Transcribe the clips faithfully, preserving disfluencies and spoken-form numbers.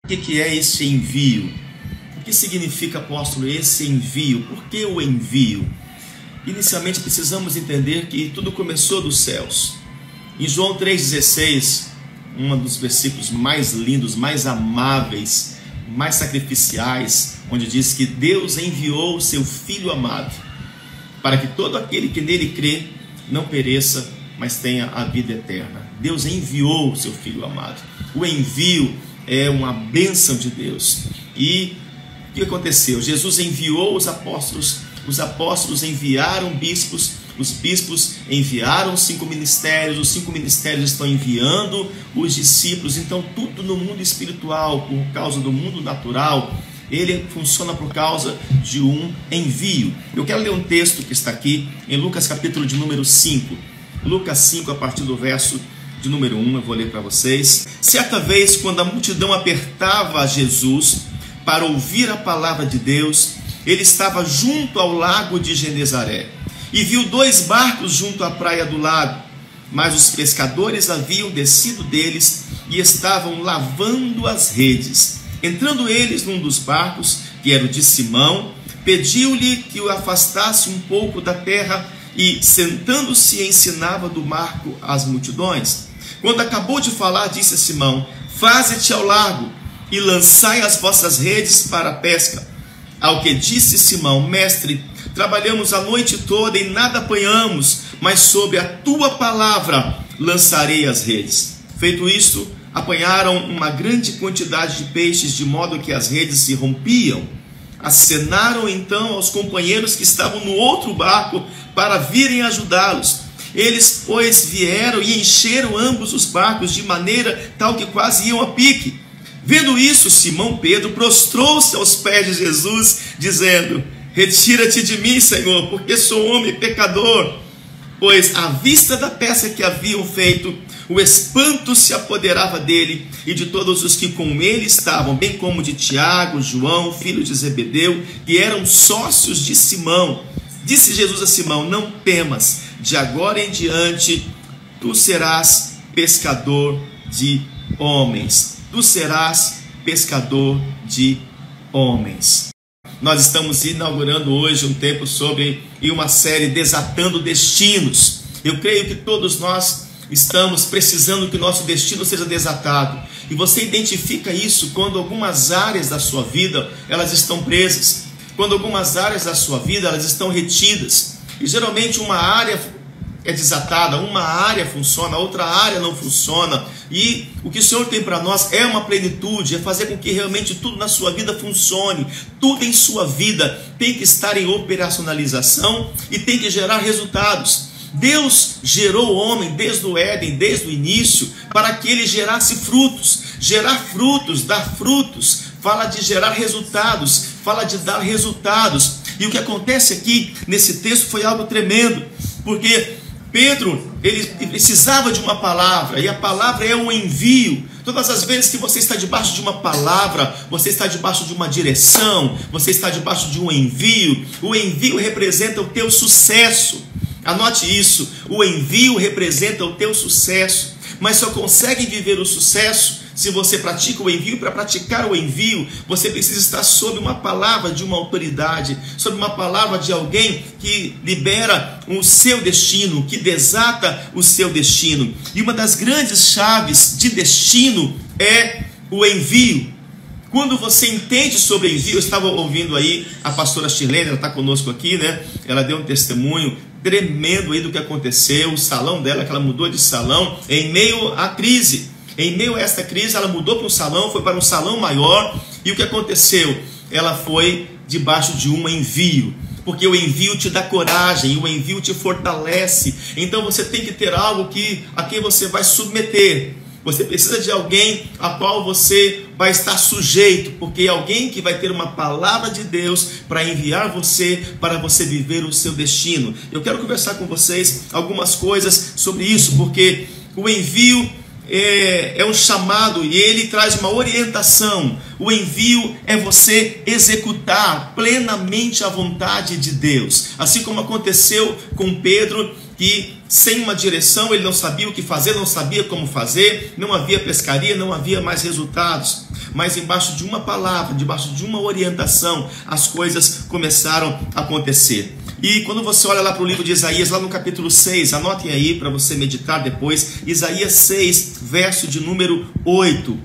O que é esse envio? O que significa, apóstolo, esse envio? Por que o envio? Inicialmente precisamos entender que tudo começou dos céus. Em João três dezesseis, um dos versículos mais lindos, mais amáveis, mais sacrificiais, onde diz que Deus enviou o seu Filho amado, para que todo aquele que nele crê não pereça, mas tenha a vida eterna. Deus enviou o seu Filho amado. O envio é uma bênção de Deus. E o que aconteceu? Jesus enviou os apóstolos, os apóstolos enviaram bispos, os bispos enviaram os cinco ministérios, os cinco ministérios estão enviando os discípulos. Então tudo no mundo espiritual, por causa do mundo natural, ele funciona por causa de um envio. Eu quero ler um texto que está aqui em Lucas capítulo de número cinco. Lucas cinco, a partir do verso de número um, eu vou ler para vocês. Certa vez, quando a multidão apertava a Jesus para ouvir a palavra de Deus, ele estava junto ao lago de Genezaré e viu dois barcos junto à praia do lago, mas os pescadores haviam descido deles e estavam lavando as redes. Entrando eles num dos barcos, que era o de Simão, pediu-lhe que o afastasse um pouco da terra e, sentando-se, ensinava do barco às multidões. Quando acabou de falar, disse a Simão: faze-te ao largo e lançai as vossas redes para a pesca. Ao que disse Simão: mestre, trabalhamos a noite toda e nada apanhamos, mas sob a tua palavra lançarei as redes. Feito isto, apanharam uma grande quantidade de peixes, de modo que as redes se rompiam. Acenaram então aos companheiros que estavam no outro barco para virem ajudá-los. Eles, pois, vieram e encheram ambos os barcos de maneira tal que quase iam a pique. Vendo isso, Simão Pedro prostrou-se aos pés de Jesus, dizendo: retira-te de mim, Senhor, porque sou homem pecador. Pois, à vista da peça que haviam feito, o espanto se apoderava dele e de todos os que com ele estavam, bem como de Tiago, João, filho de Zebedeu, que eram sócios de Simão. Disse Jesus a Simão: não temas, de agora em diante tu serás pescador de homens. Tu serás pescador de homens. Nós estamos inaugurando hoje um tempo sobre e uma série Desatando Destinos. Eu creio que todos nós estamos precisando que o nosso destino seja desatado. E você identifica isso quando algumas áreas da sua vida elas estão presas, quando algumas áreas da sua vida elas estão retidas. E geralmente uma área é desatada, uma área funciona, outra área não funciona. E o que o Senhor tem para nós é uma plenitude, é fazer com que realmente tudo na sua vida funcione. Tudo em sua vida tem que estar em operacionalização e tem que gerar resultados. Deus gerou o homem desde o Éden, desde o início, para que ele gerasse frutos. Gerar frutos, dar frutos, fala de gerar resultados, fala de dar resultados. E o que acontece aqui nesse texto foi algo tremendo, porque Pedro, ele precisava de uma palavra, e a palavra é um envio. Todas as vezes que você está debaixo de uma palavra, você está debaixo de uma direção, você está debaixo de um envio. O envio representa o teu sucesso. Anote isso, o envio representa o teu sucesso. Mas só consegue viver o sucesso se você pratica o envio. Para praticar o envio, você precisa estar sob uma palavra de uma autoridade, sob uma palavra de alguém que libera o seu destino, que desata o seu destino. E uma das grandes chaves de destino é o envio. Quando você entende sobre envio, eu estava ouvindo aí a pastora Shirlene, ela está conosco aqui, né? Ela deu um testemunho tremendo aí do que aconteceu, o salão dela, que ela mudou de salão em meio à crise. Em meio a esta crise, ela mudou para um salão, foi para um salão maior. E o que aconteceu? Ela foi debaixo de um envio, porque o envio te dá coragem, o envio te fortalece. Então você tem que ter algo que, a quem você vai submeter. Você precisa de alguém a qual você vai estar sujeito, porque é alguém que vai ter uma palavra de Deus para enviar você, para você viver o seu destino. Eu quero conversar com vocês algumas coisas sobre isso, porque o envio é, é um chamado e ele traz uma orientação. O envio é você executar plenamente a vontade de Deus, assim como aconteceu com Pedro, que sem uma direção, ele não sabia o que fazer, não sabia como fazer, não havia pescaria, não havia mais resultados. Mas embaixo de uma palavra, debaixo de uma orientação, as coisas começaram a acontecer. E quando você olha lá para o livro de Isaías, lá no capítulo seis, anotem aí para você meditar depois, Isaías seis, verso de número oito.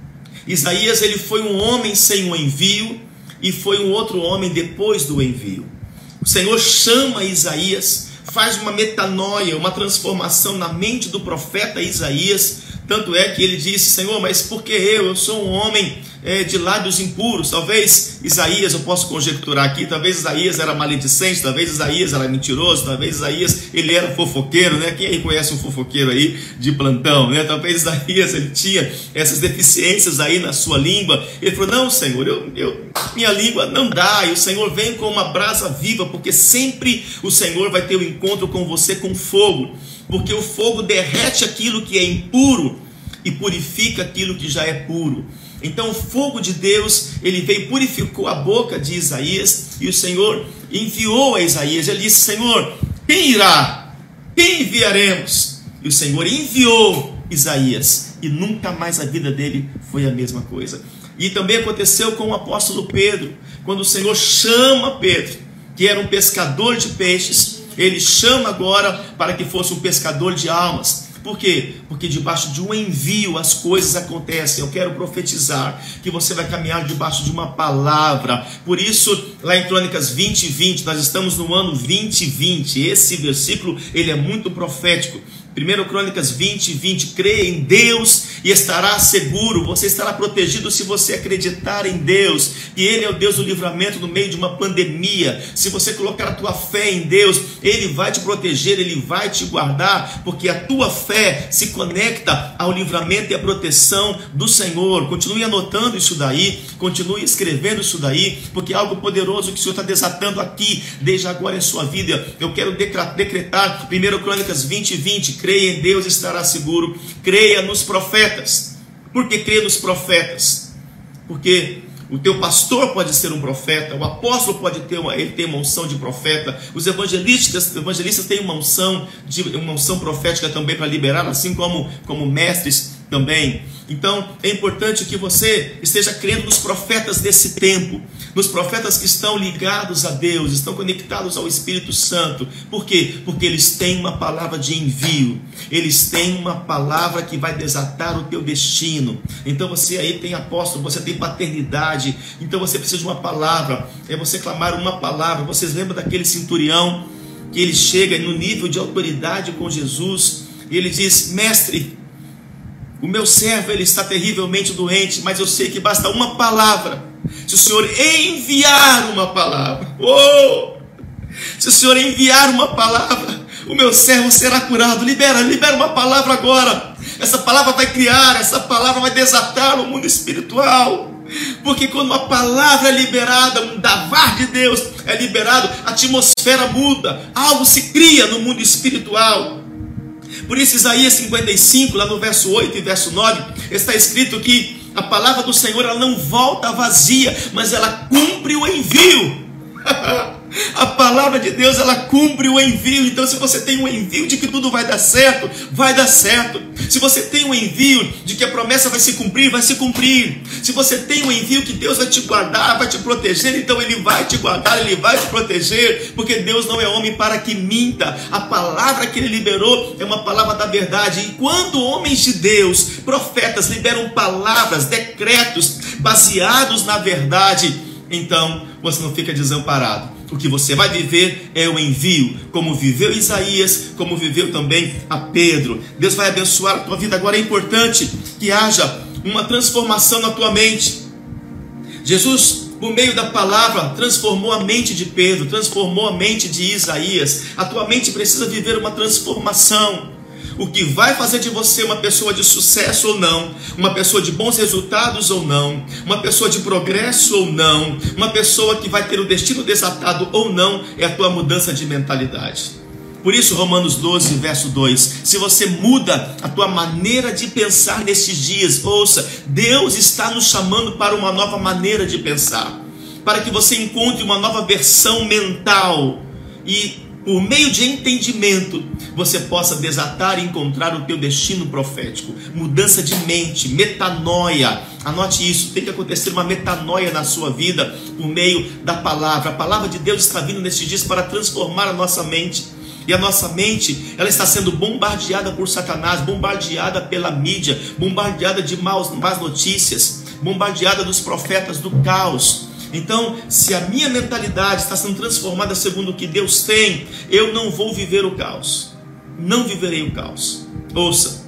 Isaías, ele foi um homem sem um envio e foi um outro homem depois do envio. O Senhor chama Isaías, faz uma metanoia, uma transformação na mente do profeta Isaías. Tanto é que ele disse: Senhor, mas por que eu? Eu sou um homem é, de lábios impuros. Talvez Isaías, eu posso conjecturar aqui, talvez Isaías era maledicente, talvez Isaías era mentiroso, talvez Isaías ele era fofoqueiro, né? Quem aí conhece um fofoqueiro aí de plantão, né? Talvez Isaías ele tinha essas deficiências aí na sua língua. Ele falou: não, Senhor, eu, eu, minha língua não dá. E o Senhor vem com uma brasa viva, porque sempre o Senhor vai ter um encontro com você com fogo. Porque o fogo derrete aquilo que é impuro e purifica aquilo que já é puro. Então o fogo de Deus, ele veio e purificou a boca de Isaías, e o Senhor enviou a Isaías. Ele disse: Senhor, quem irá? Quem enviaremos? E o Senhor enviou Isaías, e nunca mais a vida dele foi a mesma coisa. E também aconteceu com o apóstolo Pedro, quando o Senhor chama Pedro, que era um pescador de peixes, ele chama agora para que fosse um pescador de almas. Por quê? Porque debaixo de um envio as coisas acontecem. Eu quero profetizar que você vai caminhar debaixo de uma palavra. Por isso, lá em Crônicas vinte, vinte, nós estamos no ano vinte vinte. Esse versículo, ele é muito profético. primeira Crônicas vinte, vinte, creia em Deus e estará seguro, você estará protegido se você acreditar em Deus, e Ele é o Deus do livramento no meio de uma pandemia. Se você colocar a tua fé em Deus, Ele vai te proteger, Ele vai te guardar, porque a tua fé se conecta ao livramento e à proteção do Senhor. Continue anotando isso daí, continue escrevendo isso daí, porque é algo poderoso que o Senhor está desatando aqui, desde agora em sua vida. Eu quero decretar primeira Crônicas vinte, vinte, creia em Deus e estará seguro, creia nos profetas. Por que crê nos profetas? Porque o teu pastor pode ser um profeta, o apóstolo pode ter uma, ele tem uma unção de profeta, os evangelistas, evangelistas têm uma unção, de, uma unção profética também para liberar, assim como, como mestres também. Então é importante que você esteja crendo nos profetas desse tempo, nos profetas que estão ligados a Deus, estão conectados ao Espírito Santo. Por quê? Porque eles têm uma palavra de envio, eles têm uma palavra que vai desatar o teu destino. Então você aí tem apóstolo, você tem paternidade, então você precisa de uma palavra, é você clamar uma palavra. Vocês lembram daquele centurião que ele chega no nível de autoridade com Jesus e ele diz: mestre, o meu servo ele está terrivelmente doente, mas eu sei que basta uma palavra. Se o Senhor enviar uma palavra, oh, se o Senhor enviar uma palavra, o meu servo será curado. Libera, libera uma palavra agora. Essa palavra vai criar, essa palavra vai desatar o mundo espiritual. Porque quando uma palavra é liberada, um davar de Deus é liberado, a atmosfera muda, algo se cria no mundo espiritual. Por isso Isaías cinquenta e cinco, lá no verso oito e verso nove, está escrito que a palavra do Senhor ela não volta vazia, mas ela cumpre o envio. A palavra de Deus ela cumpre o envio. Então se você tem um envio de que tudo vai dar certo, vai dar certo. Se você tem um envio de que a promessa vai se cumprir, vai se cumprir. Se você tem um envio que Deus vai te guardar, vai te proteger, então Ele vai te guardar, Ele vai te proteger, porque Deus não é homem para que minta. A palavra que Ele liberou é uma palavra da verdade. E quando homens de Deus, profetas, liberam palavras, decretos baseados na verdade, então você não fica desamparado. O que você vai viver é o envio, como viveu Isaías, como viveu também a Pedro. Deus vai abençoar a tua vida. Agora é importante que haja uma transformação na tua mente. Jesus, por meio da palavra, transformou a mente de Pedro, transformou a mente de Isaías. A tua mente precisa viver uma transformação. O que vai fazer de você uma pessoa de sucesso ou não, uma pessoa de bons resultados ou não, uma pessoa de progresso ou não, uma pessoa que vai ter o destino desatado ou não, é a tua mudança de mentalidade. Por isso Romanos doze, verso dois, se você muda a tua maneira de pensar nesses dias, ouça, Deus está nos chamando para uma nova maneira de pensar, para que você encontre uma nova versão mental. E por meio de entendimento, você possa desatar e encontrar o teu destino profético. Mudança de mente, metanoia. Anote isso, tem que acontecer uma metanoia na sua vida por meio da palavra. A palavra de Deus está vindo nesses dias para transformar a nossa mente. E a nossa mente, ela está sendo bombardeada por Satanás, bombardeada pela mídia, bombardeada de maus, más notícias, bombardeada dos profetas do caos. Então, se a minha mentalidade está sendo transformada segundo o que Deus tem, eu não vou viver o caos. Não viverei o caos. Ouça,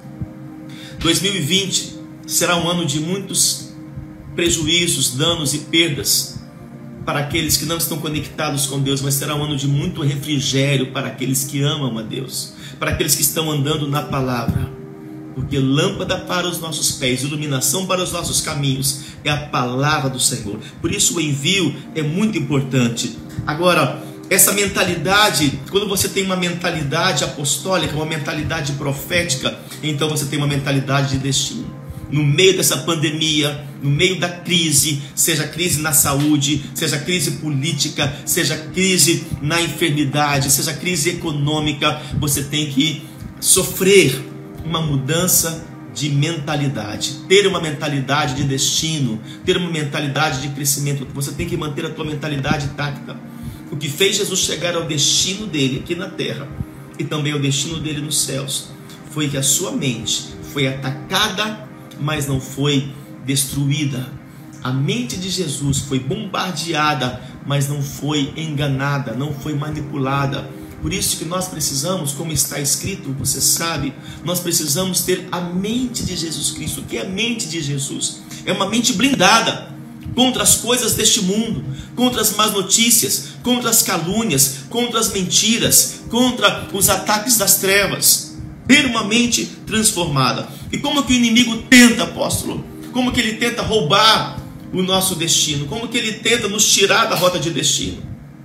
dois mil e vinte será um ano de muitos prejuízos, danos e perdas para aqueles que não estão conectados com Deus, mas será um ano de muito refrigério para aqueles que amam a Deus, para aqueles que estão andando na palavra. Porque lâmpada para os nossos pés, iluminação para os nossos caminhos é a palavra do Senhor. Por isso o envio é muito importante. Agora, essa mentalidade, quando você tem uma mentalidade apostólica, uma mentalidade profética, então você tem uma mentalidade de destino. No meio dessa pandemia, no meio da crise, seja crise na saúde, seja crise política, seja crise na enfermidade, seja crise econômica, você tem que sofrer uma mudança de mentalidade, ter uma mentalidade de destino, ter uma mentalidade de crescimento. Você tem que manter a tua mentalidade intacta. O que fez Jesus chegar ao destino dele aqui na terra e também ao destino dele nos céus foi que a sua mente foi atacada, mas não foi destruída. A mente de Jesus foi bombardeada, mas não foi enganada, não foi manipulada. Por isso que nós precisamos, como está escrito, você sabe, nós precisamos ter a mente de Jesus Cristo. O que é a mente de Jesus? É uma mente blindada contra as coisas deste mundo, contra as más notícias, contra as calúnias, contra as mentiras, contra os ataques das trevas. Ter uma mente transformada. E como que o inimigo tenta, apóstolo? Como que ele tenta roubar o nosso destino? Como que ele tenta nos tirar da rota de destino?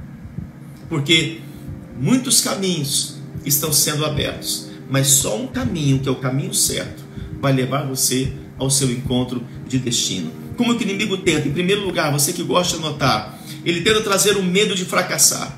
Porque muitos caminhos estão sendo abertos, mas só um caminho, que é o caminho certo, vai levar você ao seu encontro de destino. Como que o inimigo tenta? Em primeiro lugar, você que gosta de anotar, ele tenta trazer o medo de fracassar.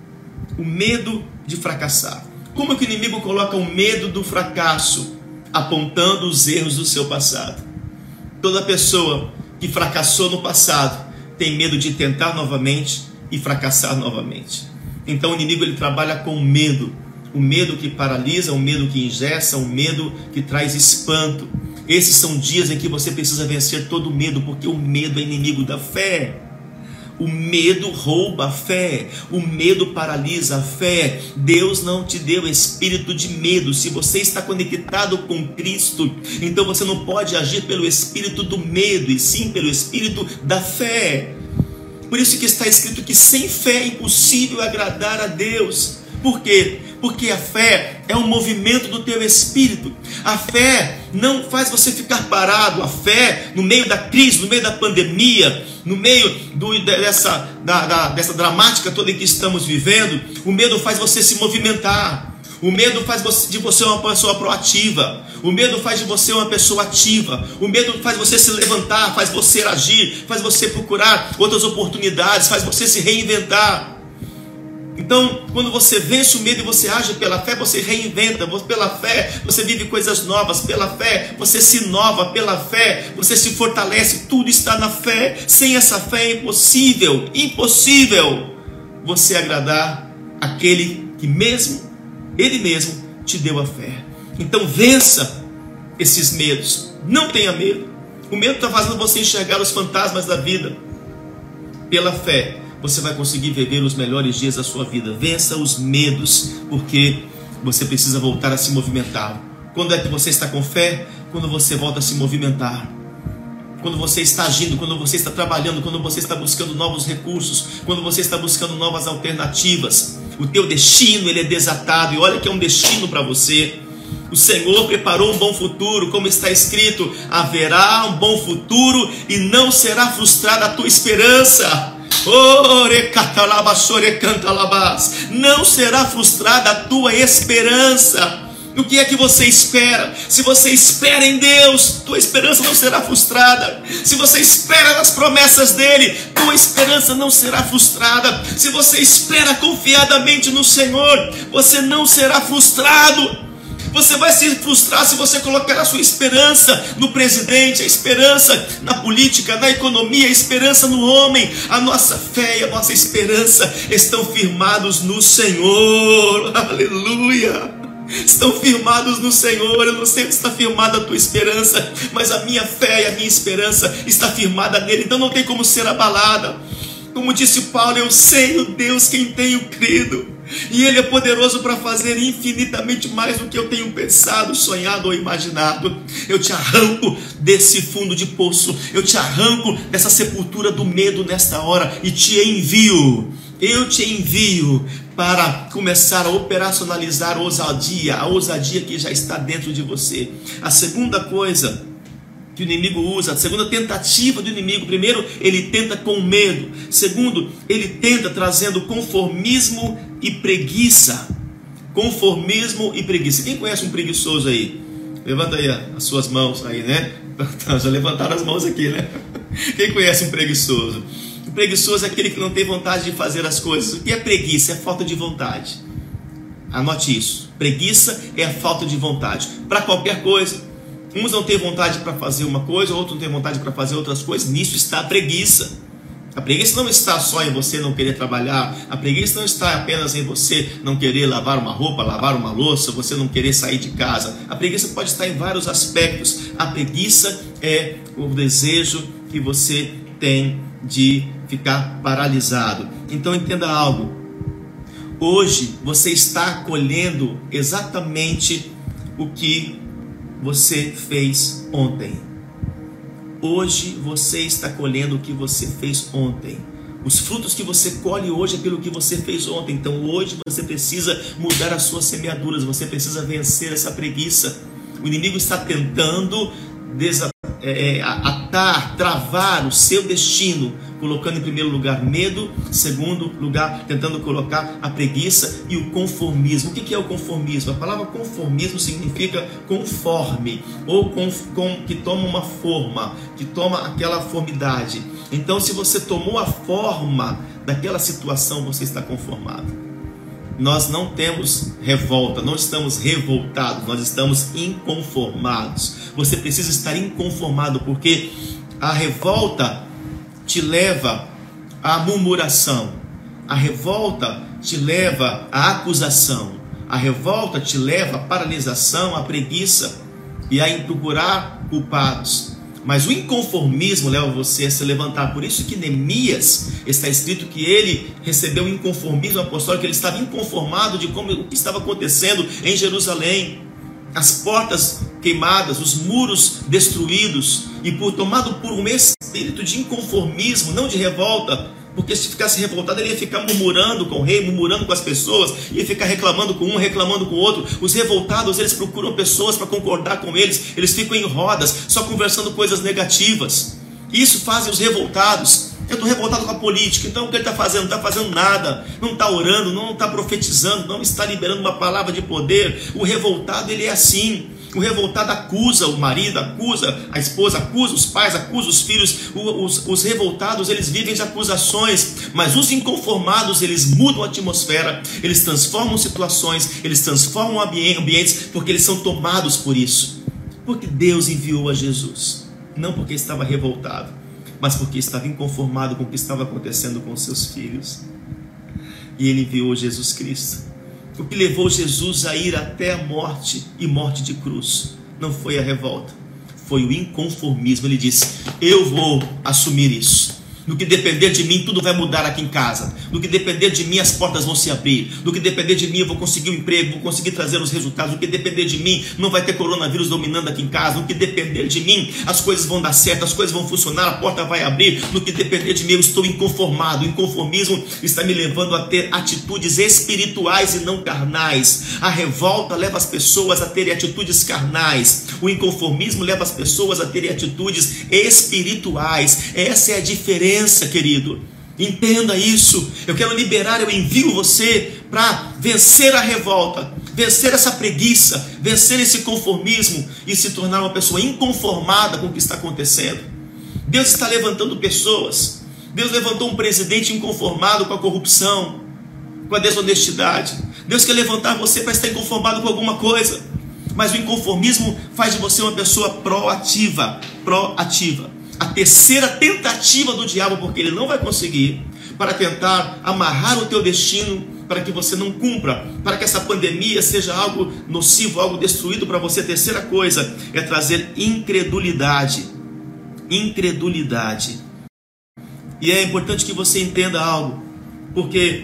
O medo de fracassar. Como que o inimigo coloca o medo do fracasso? Apontando os erros do seu passado. Toda pessoa que fracassou no passado tem medo de tentar novamente e fracassar novamente. Então o inimigo ele trabalha com medo. O medo que paralisa, o medo que engessa, o medo que traz espanto. Esses são dias em que você precisa vencer todo o medo, porque o medo é inimigo da fé. O medo rouba a fé, o medo paralisa a fé. Deus não te deu espírito de medo. Se você está conectado com Cristo, então você não pode agir pelo espírito do medo, e sim pelo espírito da fé. Por isso que está escrito que sem fé é impossível agradar a Deus. Por quê? Porque a fé é um movimento do teu espírito. A fé não faz você ficar parado. A fé, no meio da crise, no meio da pandemia, no meio do, dessa, da, da, dessa dramática toda em que estamos vivendo, o medo faz você se movimentar. O medo faz de você uma pessoa proativa. O medo faz de você uma pessoa ativa. O medo faz você se levantar, faz você agir, faz você procurar outras oportunidades, faz você se reinventar. Então, quando você vence o medo e você age pela fé, você reinventa. Pela fé, você vive coisas novas. Pela fé, você se inova. Pela fé, você se fortalece. Tudo está na fé. Sem essa fé é impossível, impossível você agradar aquele que mesmo, Ele mesmo te deu a fé. Então vença esses medos. Não tenha medo. O medo está fazendo você enxergar os fantasmas da vida. Pela fé, você vai conseguir viver os melhores dias da sua vida. Vença os medos, porque você precisa voltar a se movimentar. Quando é que você está com fé? Quando você volta a se movimentar. Quando você está agindo, quando você está trabalhando, quando você está buscando novos recursos, quando você está buscando novas alternativas. O teu destino ele é desatado, e olha que é um destino para você. O Senhor preparou um bom futuro, como está escrito: haverá um bom futuro e não será frustrada a tua esperança. Não será frustrada a tua esperança. O que é que você espera? Se você espera em Deus, tua esperança não será frustrada. Se você espera nas promessas dele, tua esperança não será frustrada. Se você espera confiadamente no Senhor, você não será frustrado. Você vai se frustrar se você colocar a sua esperança no presidente, a esperança na política, na economia, a esperança no homem. A nossa fé e a nossa esperança estão firmados no Senhor. Aleluia! Estão firmados no Senhor. Eu não sei onde está firmada a tua esperança, mas a minha fé e a minha esperança está firmada nele, então não tem como ser abalada. Como disse Paulo, eu sei o Deus quem tenho crido, e ele é poderoso para fazer infinitamente mais do que eu tenho pensado, sonhado ou imaginado. Eu te arranco desse fundo de poço, eu te arranco dessa sepultura do medo nesta hora e te envio. Eu te envio para começar a operacionalizar a ousadia, a ousadia que já está dentro de você. A segunda coisa que o inimigo usa, a segunda tentativa do inimigo: primeiro, ele tenta com medo. Segundo, ele tenta trazendo conformismo e preguiça. Conformismo e preguiça. Quem conhece um preguiçoso aí? Levanta aí as suas mãos aí, né? Já levantaram as mãos aqui, né? Quem conhece um preguiçoso? O preguiçoso é aquele que não tem vontade de fazer as coisas. O que é preguiça? É falta de vontade. Anote isso. Preguiça é a falta de vontade para qualquer coisa. Uns não têm vontade para fazer uma coisa, outros não têm vontade para fazer outras coisas. Nisso está a preguiça. A preguiça não está só em você não querer trabalhar. A preguiça não está apenas em você não querer lavar uma roupa, lavar uma louça, você não querer sair de casa. A preguiça pode estar em vários aspectos. A preguiça é o desejo que você tem de ficar paralisado. Então entenda algo: hoje você está colhendo exatamente o que você fez ontem. Hoje você está colhendo o que você fez ontem. Os frutos que você colhe hoje é pelo que você fez ontem. Então hoje você precisa mudar as suas semeaduras, você precisa vencer essa preguiça. O inimigo está tentando desatar, É, atar, travar o seu destino, colocando em primeiro lugar medo, segundo lugar tentando colocar a preguiça e o conformismo. O que é o conformismo? A palavra conformismo significa conforme, ou com, com, que toma uma forma, que toma aquela formidade. Então, se você tomou a forma daquela situação, você está conformado. Nós não temos revolta, não estamos revoltados, nós estamos inconformados. Você precisa estar inconformado, porque a revolta te leva à murmuração, a revolta te leva à acusação, a revolta te leva à paralisação, à preguiça e a procurar culpados. Mas o inconformismo leva você a se levantar. Por isso que Neemias, está escrito que ele recebeu o inconformismo apostólico, ele estava inconformado de como o que estava acontecendo em Jerusalém. As portas queimadas, os muros destruídos, e por tomado por um espírito de inconformismo, não de revolta, porque se ficasse revoltado ele ia ficar murmurando com o rei, murmurando com as pessoas, ia ficar reclamando com um, reclamando com o outro. Os revoltados, eles procuram pessoas para concordar com eles, eles ficam em rodas, só conversando coisas negativas. Isso fazem os revoltados. Eu estou revoltado com a política, então o que ele está fazendo? Não está fazendo nada, não está orando, não está profetizando, não está liberando uma palavra de poder. O revoltado, ele é assim. O revoltado acusa o marido, acusa a esposa, acusa os pais, acusa os filhos. Os, os revoltados, eles vivem de acusações. Mas os inconformados, eles mudam a atmosfera, eles transformam situações, eles transformam ambientes, porque eles são tomados por isso. Porque Deus enviou a Jesus, não porque estava revoltado, mas porque estava inconformado com o que estava acontecendo com seus filhos. E ele enviou Jesus Cristo. O que levou Jesus a ir até a morte, e morte de cruz, não foi a revolta, foi o inconformismo. Ele disse: eu vou assumir isso. No que depender de mim, tudo vai mudar aqui em casa. No que depender de mim, as portas vão se abrir. No que depender de mim, eu vou conseguir um emprego, vou conseguir trazer os resultados. No que depender de mim, não vai ter coronavírus dominando aqui em casa. No que depender de mim, as coisas vão dar certo, as coisas vão funcionar, a porta vai abrir. No que depender de mim, eu estou inconformado. O inconformismo está me levando a ter atitudes espirituais e não carnais. A revolta leva as pessoas a terem atitudes carnais. O inconformismo leva as pessoas a terem atitudes espirituais. Essa é a diferença, querido. Entenda isso. Eu quero liberar, eu envio você para vencer a revolta, vencer essa preguiça, vencer esse conformismo e se tornar uma pessoa inconformada com o que está acontecendo. Deus está levantando pessoas. Deus levantou um presidente inconformado com a corrupção, com a desonestidade. Deus quer levantar você para estar inconformado com alguma coisa, mas o inconformismo faz de você uma pessoa proativa, proativa. A terceira tentativa do diabo, porque ele não vai conseguir, para tentar amarrar o teu destino, para que você não cumpra, para que essa pandemia seja algo nocivo, algo destruído para você. A terceira coisa é trazer incredulidade. Incredulidade. E é importante que você entenda algo, porque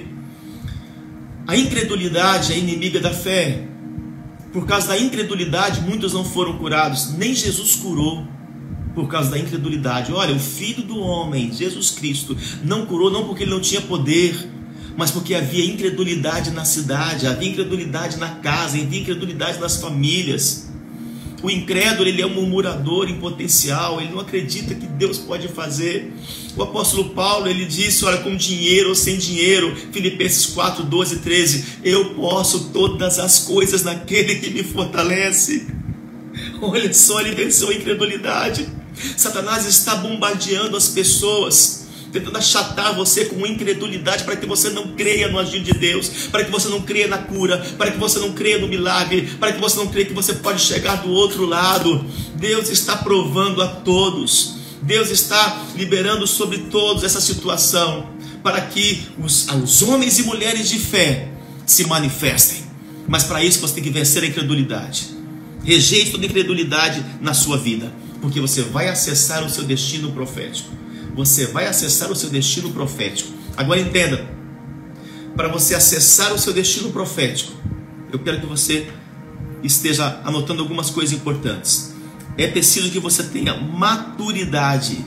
a incredulidade é inimiga da fé. Por causa da incredulidade, muitos não foram curados. Nem Jesus curou por causa da incredulidade. Olha, o Filho do Homem, Jesus Cristo, não curou não porque ele não tinha poder, mas porque havia incredulidade na cidade, havia incredulidade na casa, havia incredulidade nas famílias. O incrédulo, ele é um murmurador em potencial, ele não acredita que Deus pode fazer. O apóstolo Paulo, ele disse, olha, com dinheiro ou sem dinheiro, Filipenses quatro, doze, treze, eu posso todas as coisas naquele que me fortalece. Olha só, ele venceu a incredulidade. Satanás está bombardeando as pessoas, tentando achatar você com incredulidade, para que você não creia no agir de Deus, para que você não creia na cura, para que você não creia no milagre, para que você não creia que você pode chegar do outro lado. Deus está provando a todos, Deus está liberando sobre todos essa situação, para que os, os homens e mulheres de fé se manifestem. Mas para isso você tem que vencer a incredulidade. Rejeite toda incredulidade na sua vida, porque você vai acessar o seu destino profético. Você vai acessar o seu destino profético. Agora entenda, para você acessar o seu destino profético, eu quero que você esteja anotando algumas coisas importantes. É preciso que você tenha maturidade.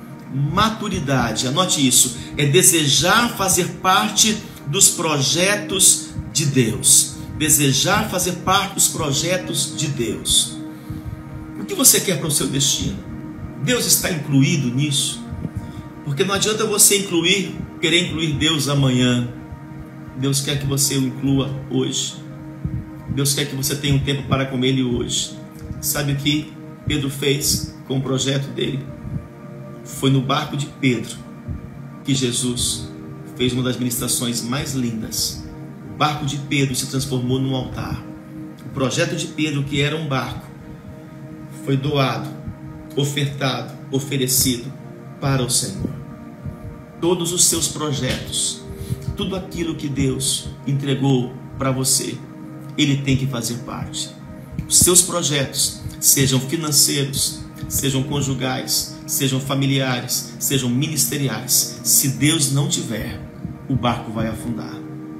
Maturidade, anote isso. É desejar fazer parte dos projetos de Deus. Desejar fazer parte dos projetos de Deus. O que você quer para o seu destino? Deus está incluído nisso? Porque não adianta você incluir, querer incluir Deus amanhã. Deus quer que você o inclua hoje. Deus quer que você tenha um tempo para com Ele hoje. Sabe o que Pedro fez com o projeto dele? Foi no barco de Pedro que Jesus fez uma das ministrações mais lindas. O barco de Pedro se transformou num altar. O projeto de Pedro, que era um barco, foi doado, ofertado, oferecido para o Senhor. Todos os seus projetos, tudo aquilo que Deus entregou para você, Ele tem que fazer parte. Os seus projetos, sejam financeiros, sejam conjugais, sejam familiares, sejam ministeriais, se Deus não tiver, o barco vai afundar.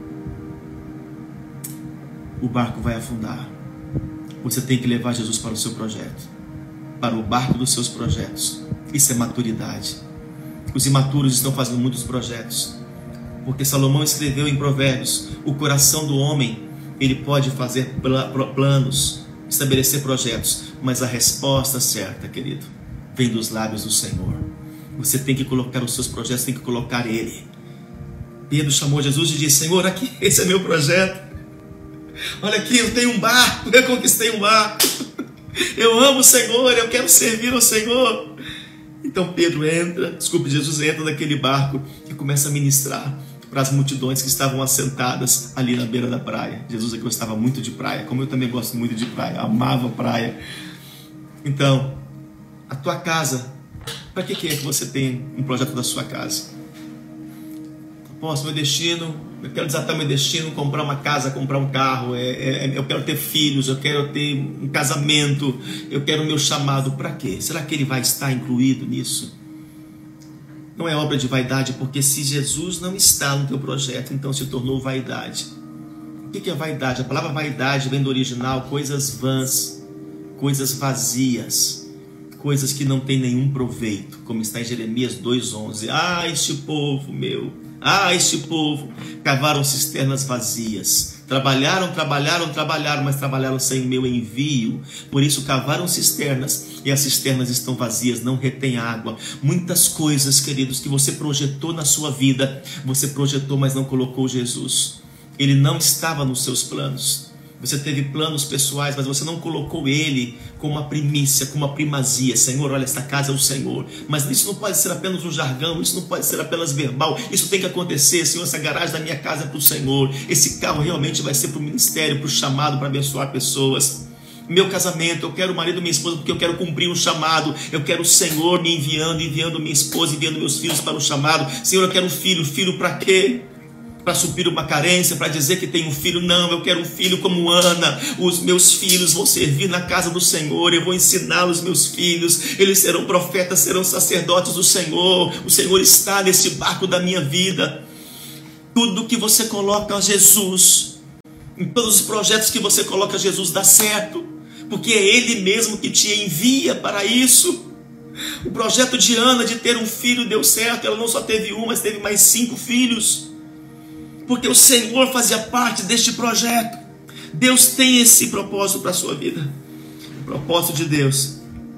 O barco vai afundar. Você tem que levar Jesus para o seu projeto, para o barco dos seus projetos. Isso é maturidade. Os imaturos estão fazendo muitos projetos, porque Salomão escreveu em Provérbios: o coração do homem, ele pode fazer planos, estabelecer projetos, mas a resposta certa, querido, vem dos lábios do Senhor. Você tem que colocar os seus projetos, tem que colocar Ele. Pedro chamou Jesus e disse: Senhor, aqui, esse é meu projeto. Olha aqui, eu tenho um barco, eu conquistei um barco. Eu amo o Senhor, eu quero servir ao Senhor. Então Pedro entra, desculpe, Jesus entra naquele barco e começa a ministrar para as multidões que estavam assentadas ali na beira da praia. Jesus aqui gostava muito de praia, como eu também gosto muito de praia, amava praia. Então, a tua casa, para que é que você tem um projeto da sua casa? Posso, meu destino, eu quero desatar meu destino, comprar uma casa, comprar um carro, é, é, eu quero ter filhos, eu quero ter um casamento, eu quero o meu chamado. Para quê? Será que ele vai estar incluído nisso? Não é obra de vaidade, porque se Jesus não está no teu projeto, então se tornou vaidade. O que é vaidade? A palavra vaidade vem do original, coisas vãs, coisas vazias, coisas que não têm nenhum proveito, como está em Jeremias dois, onze. Ah, este povo meu, ah, este povo, cavaram cisternas vazias, trabalharam, trabalharam, trabalharam, mas trabalharam sem o meu envio. Por isso cavaram cisternas e as cisternas estão vazias, não retém água. Muitas coisas, queridos, que você projetou na sua vida, você projetou, mas não colocou Jesus. Ele não estava nos seus planos. Você teve planos pessoais, mas você não colocou ele como uma primícia, como uma primazia. Senhor, olha, esta casa é o Senhor. Mas isso não pode ser apenas um jargão, isso não pode ser apenas verbal. Isso tem que acontecer. Senhor, essa garagem da minha casa é para o Senhor. Esse carro realmente vai ser para o ministério, para o chamado, para abençoar pessoas. Meu casamento, eu quero o marido e minha esposa porque eu quero cumprir um chamado. Eu quero o Senhor me enviando, enviando minha esposa, enviando meus filhos para o chamado. Senhor, eu quero um filho. Filho para quê? Para suprir uma carência, para dizer que tem um filho? Não, eu quero um filho como Ana. Os meus filhos vão servir na casa do Senhor, eu vou ensinar os meus filhos, eles serão profetas, serão sacerdotes do Senhor. O Senhor está nesse barco da minha vida. Tudo que você coloca a Jesus, em todos os projetos que você coloca a Jesus, dá certo, porque é Ele mesmo que te envia para isso. O projeto de Ana de ter um filho deu certo. Ela não só teve um, mas teve mais cinco filhos, porque o Senhor fazia parte deste projeto. Deus tem esse propósito para a sua vida. O propósito de Deus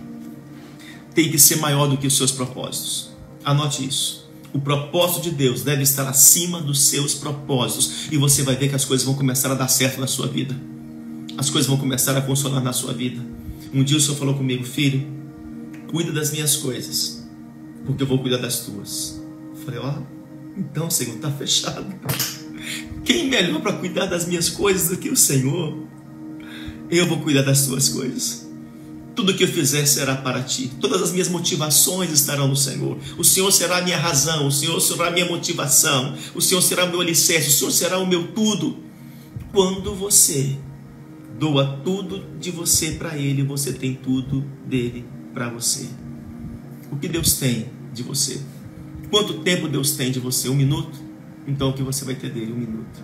tem que ser maior do que os seus propósitos. Anote isso. O propósito de Deus deve estar acima dos seus propósitos, e você vai ver que as coisas vão começar a dar certo na sua vida. As coisas vão começar a funcionar na sua vida. Um dia o Senhor falou comigo: filho, cuida das minhas coisas, porque eu vou cuidar das tuas. Eu falei: ó, então, Senhor, está fechado. Quem melhor para cuidar das minhas coisas do que o Senhor? Eu vou cuidar das tuas coisas. Tudo que eu fizer será para ti. Todas as minhas motivações estarão no Senhor. O Senhor será a minha razão. O Senhor será a minha motivação. O Senhor será o meu alicerce. O Senhor será o meu tudo. Quando você doa tudo de você para Ele, você tem tudo dele para você. O que Deus tem de você? Quanto tempo Deus tem de você? Um minuto? Então o que você vai ter dele? Um minuto.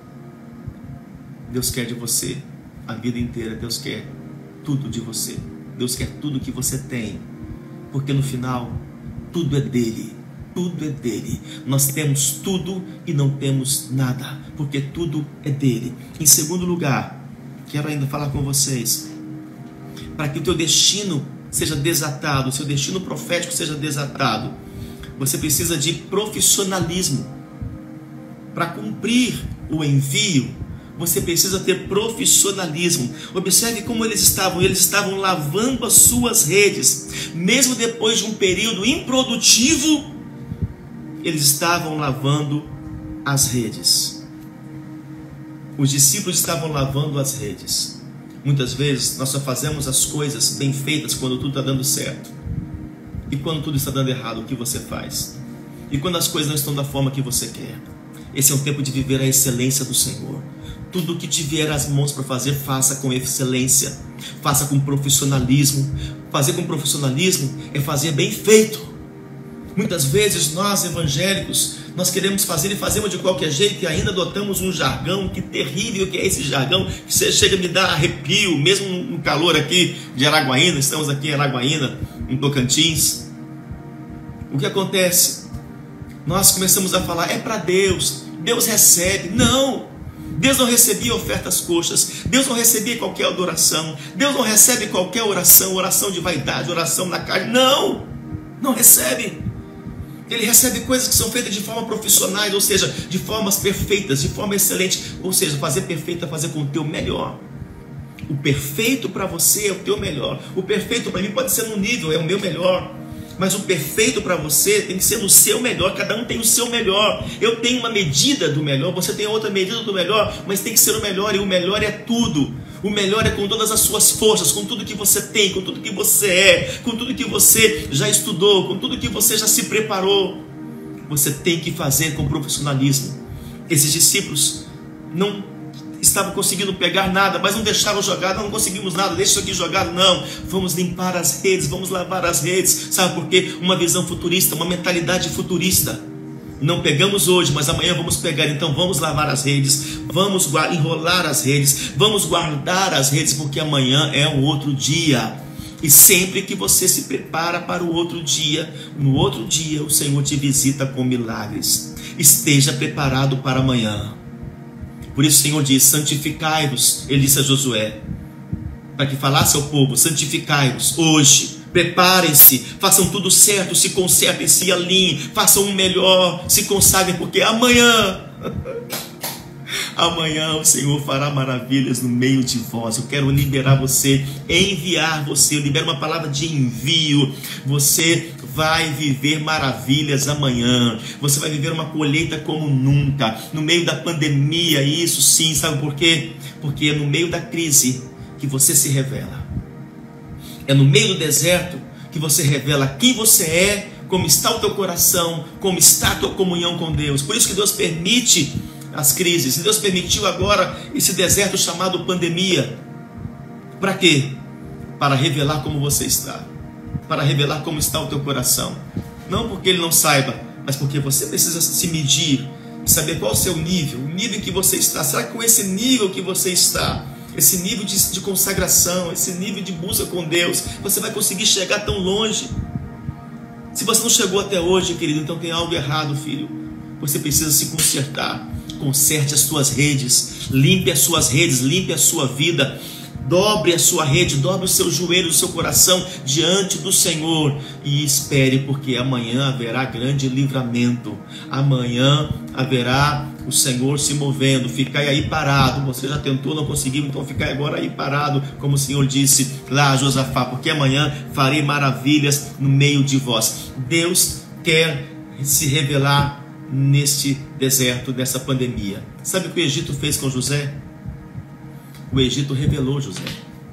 Deus quer de você a vida inteira. Deus quer tudo de você. Deus quer tudo que você tem, porque no final tudo é dele. Tudo é dele. Nós temos tudo e não temos nada, porque tudo é dele. Em segundo lugar, quero ainda falar com vocês, para que o teu destino seja desatado, o seu destino profético seja desatado, você precisa de profissionalismo. Para cumprir o envio, você precisa ter profissionalismo. Observe como eles estavam. Eles estavam lavando as suas redes. Mesmo depois de um período improdutivo, eles estavam lavando as redes. Os discípulos estavam lavando as redes. Muitas vezes nós só fazemos as coisas bem feitas quando tudo está dando certo. E quando tudo está dando errado, o que você faz? E quando as coisas não estão da forma que você quer? Esse é um tempo de viver a excelência do Senhor. Tudo que te vier às mãos para fazer, faça com excelência. Faça com profissionalismo. Fazer com profissionalismo é fazer bem feito. Muitas vezes nós evangélicos, nós queremos fazer e fazemos de qualquer jeito, e ainda adotamos um jargão. Que terrível que é esse jargão, que você chega a me dar arrepio, mesmo no calor aqui de Araguaína. Estamos aqui em Araguaína, em Tocantins. O que acontece? Nós começamos a falar: é para Deus, Deus recebe. Não, Deus não recebia ofertas coxas, Deus não recebia qualquer adoração, Deus não recebe qualquer oração, oração de vaidade, oração na carne. Não, não recebe. Ele recebe coisas que são feitas de forma profissionais, ou seja, de formas perfeitas, de forma excelente. Ou seja, fazer perfeito é fazer com o teu melhor. O perfeito para você é o teu melhor. O perfeito para mim pode ser no nível, é o meu melhor. Mas o perfeito para você tem que ser no seu melhor. Cada um tem o seu melhor. Eu tenho uma medida do melhor, você tem outra medida do melhor, mas tem que ser o melhor. E o melhor é tudo. O melhor é com todas as suas forças, com tudo que você tem, com tudo que você é, com tudo que você já estudou, com tudo que você já se preparou. Você tem que fazer com profissionalismo. Esses discípulos não estavam conseguindo pegar nada, mas não deixaram jogar. Não, não conseguimos nada, deixa isso aqui jogado. Não, vamos limpar as redes, vamos lavar as redes. Sabe por quê? Uma visão futurista, uma mentalidade futurista. Não pegamos hoje, mas amanhã vamos pegar. Então vamos lavar as redes, vamos enrolar as redes, vamos guardar as redes, porque amanhã é um outro dia. E sempre que você se prepara para o outro dia, no outro dia o Senhor te visita com milagres. Esteja preparado para amanhã. Por isso o Senhor diz: santificai-vos. Ele disse a Josué, para que falasse ao povo: santificai-vos hoje. Preparem-se, façam tudo certo, se consertem, se alinhem, façam o melhor, se consagrem, porque amanhã, Amanhã o Senhor fará maravilhas no meio de vós. Eu quero liberar você, enviar você. Eu libero uma palavra de envio. Você vai viver maravilhas amanhã. Você vai viver uma colheita como nunca. No meio da pandemia, isso sim, sabe por quê? Porque é no meio da crise que você se revela. É no meio do deserto que você revela quem você é, como está o teu coração, como está a tua comunhão com Deus. Por isso que Deus permite as crises. Deus permitiu agora esse deserto chamado pandemia. Para quê? Para revelar como você está. Para revelar como está o teu coração. Não porque Ele não saiba, mas porque você precisa se medir, saber qual é o seu nível, o nível em que você está. Será que com esse nível que você está, esse nível de, de consagração, esse nível de busca com Deus, você vai conseguir chegar tão longe? Se você não chegou até hoje, querido, então tem algo errado, filho. Você precisa se consertar. Conserte as suas redes, limpe as suas redes, limpe a sua vida, dobre a sua rede, dobre o seu joelho, o seu coração diante do Senhor e espere, porque amanhã haverá grande livramento. Amanhã haverá o Senhor se movendo. Ficai aí parado. Você já tentou, não conseguiu, então ficai agora aí parado, como o Senhor disse lá a Josafá, porque amanhã farei maravilhas no meio de vós. Deus quer se revelar neste deserto dessa pandemia. Sabe o que o Egito fez com José? O Egito revelou José.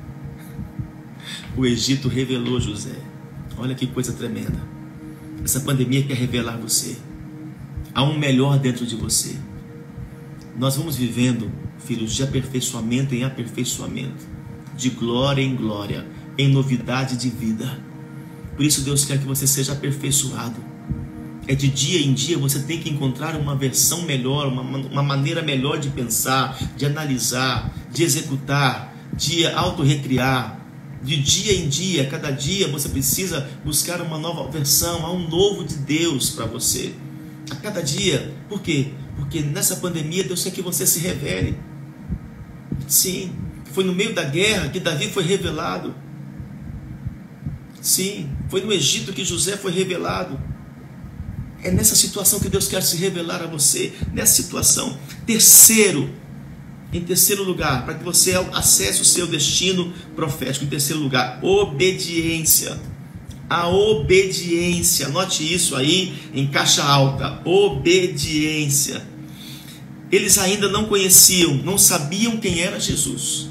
O Egito revelou José. Olha que coisa tremenda. Essa pandemia quer revelar você. Há um melhor dentro de você. Nós vamos vivendo, filhos, de aperfeiçoamento em aperfeiçoamento, de glória em glória, em novidade de vida. Por isso Deus quer que você seja aperfeiçoado. É de dia em dia você tem que encontrar uma versão melhor, uma, uma maneira melhor de pensar, de analisar, de executar, de autorrecriar. De dia em dia, cada dia você precisa buscar uma nova versão, há um novo de Deus para você. A cada dia. Por quê? Porque nessa pandemia Deus quer que você se revele. Sim, foi no meio da guerra que Davi foi revelado. Sim, foi no Egito que José foi revelado. É nessa situação que Deus quer se revelar a você. Nessa situação. Terceiro, em terceiro lugar, para que você acesse o seu destino profético. Em terceiro lugar, obediência. A obediência, anote isso aí em caixa alta, obediência. Eles ainda não conheciam, não sabiam quem era Jesus.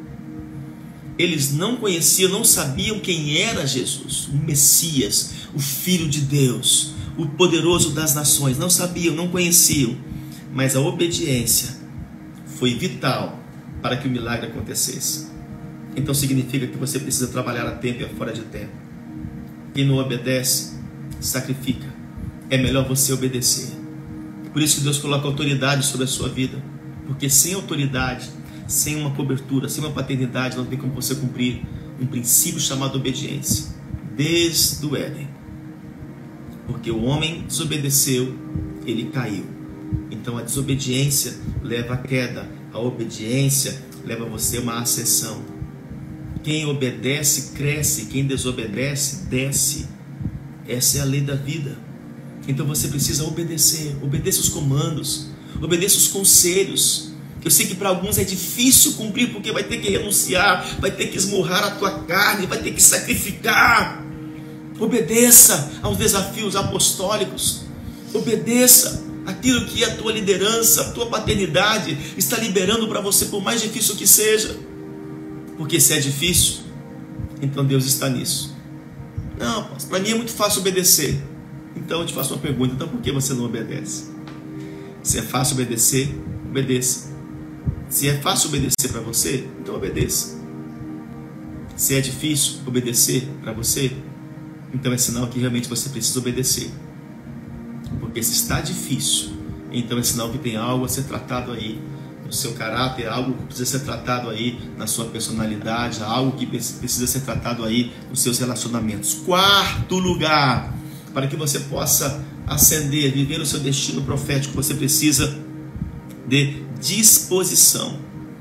Eles não conheciam, não sabiam quem era Jesus, o Messias, o Filho de Deus, o poderoso das nações. Não sabiam, não conheciam, mas a obediência foi vital para que o milagre acontecesse. Então significa que você precisa trabalhar a tempo e a fora de tempo. Quem não obedece, sacrifica. É melhor você obedecer. Por isso que Deus coloca autoridade sobre a sua vida. Porque sem autoridade, sem uma cobertura, sem uma paternidade, não tem como você cumprir um princípio chamado obediência. Desde o Éden. Porque o homem desobedeceu, ele caiu. Então a desobediência leva à queda. A obediência leva você a uma ascensão. Quem obedece, cresce. Quem desobedece, desce. Essa é a lei da vida. Então você precisa obedecer. Obedeça os comandos. Obedeça os conselhos. Eu sei que para alguns é difícil cumprir, porque vai ter que renunciar, vai ter que esmurrar a tua carne, vai ter que sacrificar. Obedeça aos desafios apostólicos. Obedeça aquilo que a tua liderança, a tua paternidade está liberando para você, por mais difícil que seja. Porque se é difícil, então Deus está nisso. Não, para mim é muito fácil obedecer. Então eu te faço uma pergunta: então por que você não obedece? Se é fácil obedecer, obedeça. Se é fácil obedecer para você, então obedeça. Se é difícil obedecer para você, então é sinal que realmente você precisa obedecer. Porque se está difícil, então é sinal que tem algo a ser tratado aí no seu caráter, algo que precisa ser tratado aí na sua personalidade, algo que precisa ser tratado aí nos seus relacionamentos. Quarto lugar, para que você possa ascender, viver o seu destino profético, você precisa de disposição.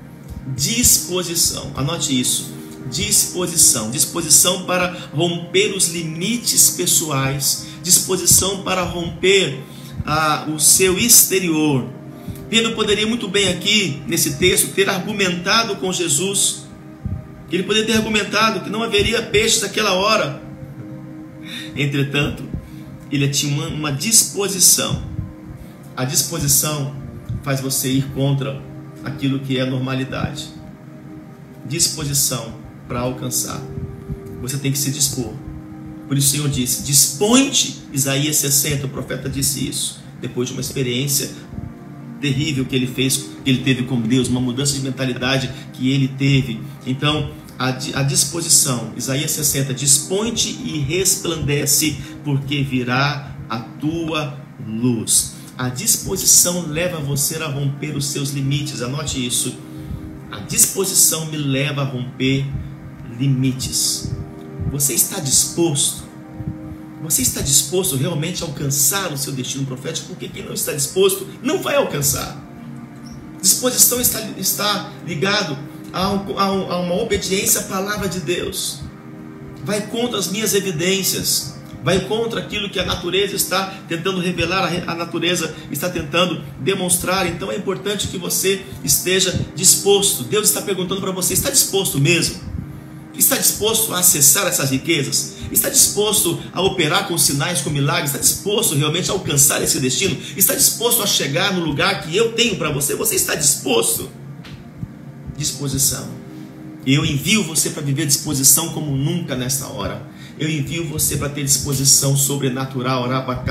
Disposição, anote isso. Disposição, disposição para romper os limites pessoais, disposição para romper ah, o seu exterior Pedro poderia muito bem aqui, nesse texto, ter argumentado com Jesus. Ele poderia ter argumentado que não haveria peixes naquela hora. Entretanto, ele tinha uma, uma disposição. A disposição faz você ir contra aquilo que é normalidade. Disposição para alcançar. Você tem que se dispor. Por isso o Senhor disse: dispõe-te. Isaías sessenta, o profeta disse isso, depois de uma experiência terrível que ele fez, que ele teve com Deus, uma mudança de mentalidade que ele teve. Então, a, a disposição, Isaías sessenta, dispõe-te e resplandece, porque virá a tua luz. A disposição leva você a romper os seus limites. Anote isso. A disposição me leva a romper limites. Você está disposto? Você está disposto realmente a alcançar o seu destino profético? Porque quem não está disposto não vai alcançar. Disposição está, está ligado a, um, a, um, a uma obediência à palavra de Deus. Vai contra as minhas evidências. Vai contra aquilo que a natureza está tentando revelar, a natureza está tentando demonstrar. Então é importante que você esteja disposto. Deus está perguntando para você: está disposto mesmo? Está disposto a acessar essas riquezas? Está disposto a operar com sinais, com milagres? Está disposto realmente a alcançar esse destino? Está disposto a chegar no lugar que eu tenho para você? Você está disposto? Disposição. Eu envio você para viver disposição como nunca nesta hora. Eu envio você para ter disposição sobrenatural.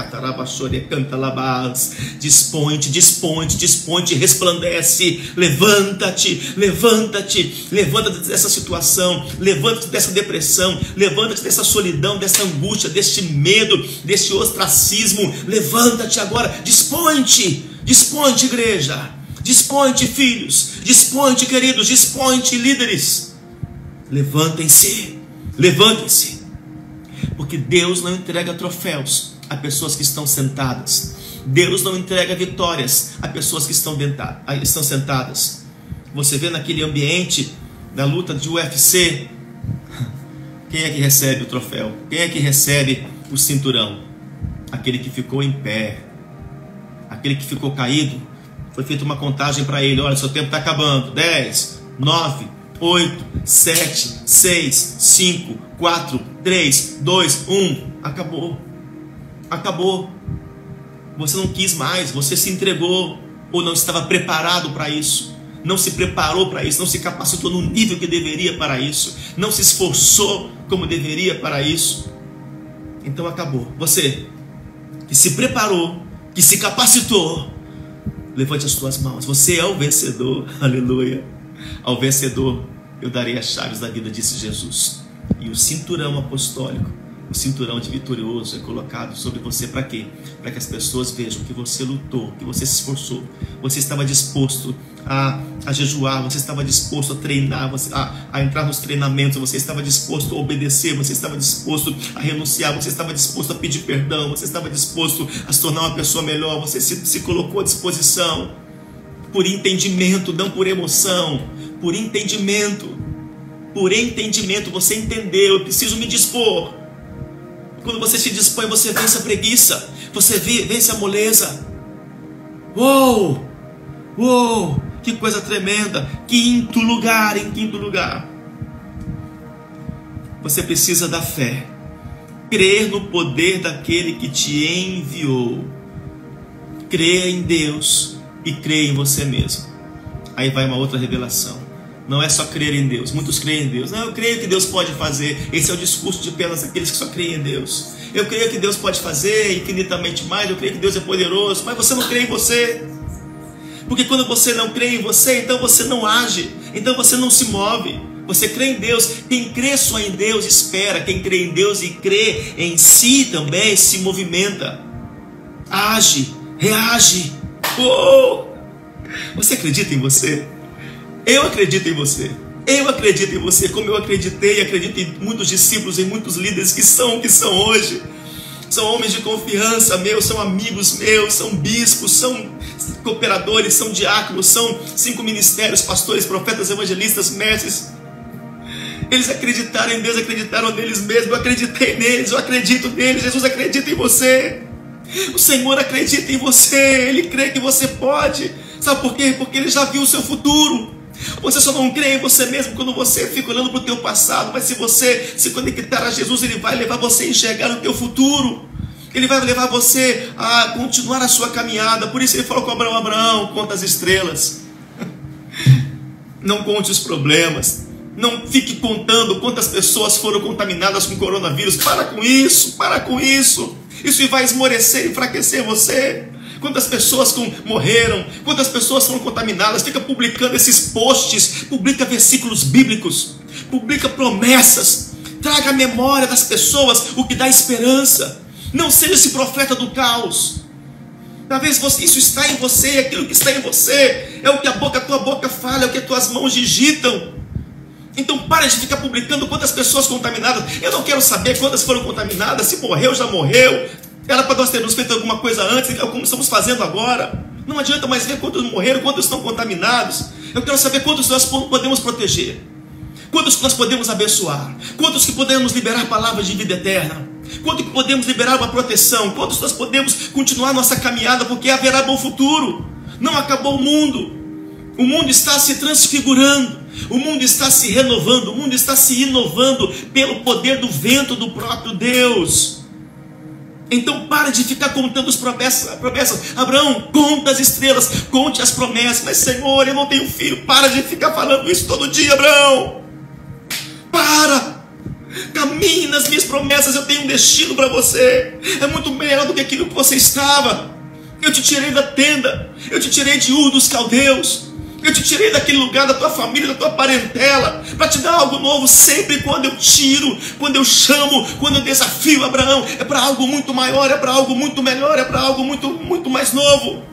Dispõe-te, dispõe-te, dispõe-te, resplandece. Levanta-te, levanta-te, levanta-te dessa situação, levanta-te dessa depressão, levanta-te dessa solidão, dessa angústia, deste medo, deste ostracismo. Levanta-te agora, dispõe-te, dispõe-te, igreja, dispõe-te, filhos, dispõe-te, queridos, dispõe-te, líderes. Levantem-se, levantem-se. Porque Deus não entrega troféus a pessoas que estão sentadas. Deus não entrega vitórias a pessoas que estão, denta- estão sentadas. Você vê naquele ambiente da luta de U F C, quem é que recebe o troféu? Quem é que recebe o cinturão? Aquele que ficou em pé. Aquele que ficou caído, foi feita uma contagem para ele: olha, seu tempo está acabando. dez, nove, oito, sete, seis, cinco, quatro, três, dois, um. Acabou. Acabou. Você não quis mais, você se entregou, ou não estava preparado para isso. Não se preparou para isso, não se capacitou no nível que deveria para isso, não se esforçou como deveria para isso. Então acabou. Você que se preparou, que se capacitou, levante as suas mãos. Você é o vencedor. Aleluia. Ao vencedor eu darei as chaves da vida, disse Jesus. E o cinturão apostólico, o cinturão de vitorioso é colocado sobre você para quê? Para que as pessoas vejam que você lutou, que você se esforçou, você estava disposto a, a jejuar, você estava disposto a treinar, você, a, a entrar nos treinamentos, você estava disposto a obedecer, você estava disposto a renunciar, você estava disposto a pedir perdão, você estava disposto a se tornar uma pessoa melhor, você se, se colocou à disposição por entendimento, não por emoção, por entendimento. Por entendimento, você entendeu, eu preciso me dispor. Quando você se dispõe, você vence a preguiça, você vence a moleza. Uou, uou, que coisa tremenda. Quinto lugar, em quinto lugar, você precisa da fé, crer no poder daquele que te enviou. Creia em Deus e creia em você mesmo. Aí vai uma outra revelação. Não é só crer em Deus. Muitos creem em Deus. Não, eu creio que Deus pode fazer. Esse é o discurso de apenas aqueles que só creem em Deus. Eu creio que Deus pode fazer infinitamente mais. Eu creio que Deus é poderoso. Mas você não crê em você. Porque quando você não crê em você, então você não age. Então você não se move. Você crê em Deus. Quem crê só em Deus espera. Quem crê em Deus e crê em si também se movimenta. Age. Reage. Oh! Você acredita em você? Eu acredito em você, eu acredito em você, como eu acreditei e acredito em muitos discípulos, em muitos líderes que são o que são hoje. São homens de confiança meus, são amigos meus, são bispos, são cooperadores, são diáconos, são cinco ministérios, pastores, profetas, evangelistas, mestres. Eles acreditaram em Deus, acreditaram neles mesmos, eu acreditei neles, eu acredito neles. Jesus acredita em você, o Senhor acredita em você, Ele crê que você pode. Sabe por quê? Porque Ele já viu o seu futuro. Você só não crê em você mesmo quando você fica olhando para o teu passado, mas se você se conectar a Jesus, Ele vai levar você a enxergar o teu futuro. Ele vai levar você a continuar a sua caminhada. Por isso Ele falou com Abraão: Abraão, conta as estrelas. Não conte os problemas. Não fique contando quantas pessoas foram contaminadas com coronavírus. Para com isso, para com isso. Isso vai esmorecer, enfraquecer você. Quantas pessoas com, morreram, quantas pessoas foram contaminadas. Fica publicando esses posts, publica versículos bíblicos, publica promessas. Traga à memória das pessoas o que dá esperança. Não seja esse profeta do caos. Talvez você, isso está em você, aquilo que está em você é o que a boca, a tua boca fala, é o que as tuas mãos digitam. Então para de ficar publicando quantas pessoas contaminadas. Eu não quero saber quantas foram contaminadas. Se morreu, já morreu. Era para nós termos feito alguma coisa antes, como estamos fazendo agora. Não adianta mais ver quantos morreram, quantos estão contaminados. Eu quero saber quantos nós podemos proteger, quantos que nós podemos abençoar, quantos que podemos liberar palavras de vida eterna, quanto que podemos liberar uma proteção, quantos nós podemos continuar nossa caminhada, porque haverá bom futuro. Não acabou o mundo. O mundo está se transfigurando, o mundo está se renovando, o mundo está se inovando pelo poder do vento do próprio Deus. Então pare de ficar contando as promessas, promessas. Abraão, conta as estrelas, conte as promessas. Mas Senhor, eu não tenho filho. Para de ficar falando isso todo dia, Abraão. Para. Caminhe nas minhas promessas. Eu tenho um destino para você. É muito melhor do que aquilo que você estava. Eu te tirei da tenda. Eu te tirei de Ur dos Caldeus. Eu te tirei daquele lugar, da tua família, da tua parentela, para te dar algo novo. Sempre quando eu tiro, quando eu chamo, quando eu desafio Abraão, é para algo muito maior, é para algo muito melhor, é para algo muito, muito mais novo.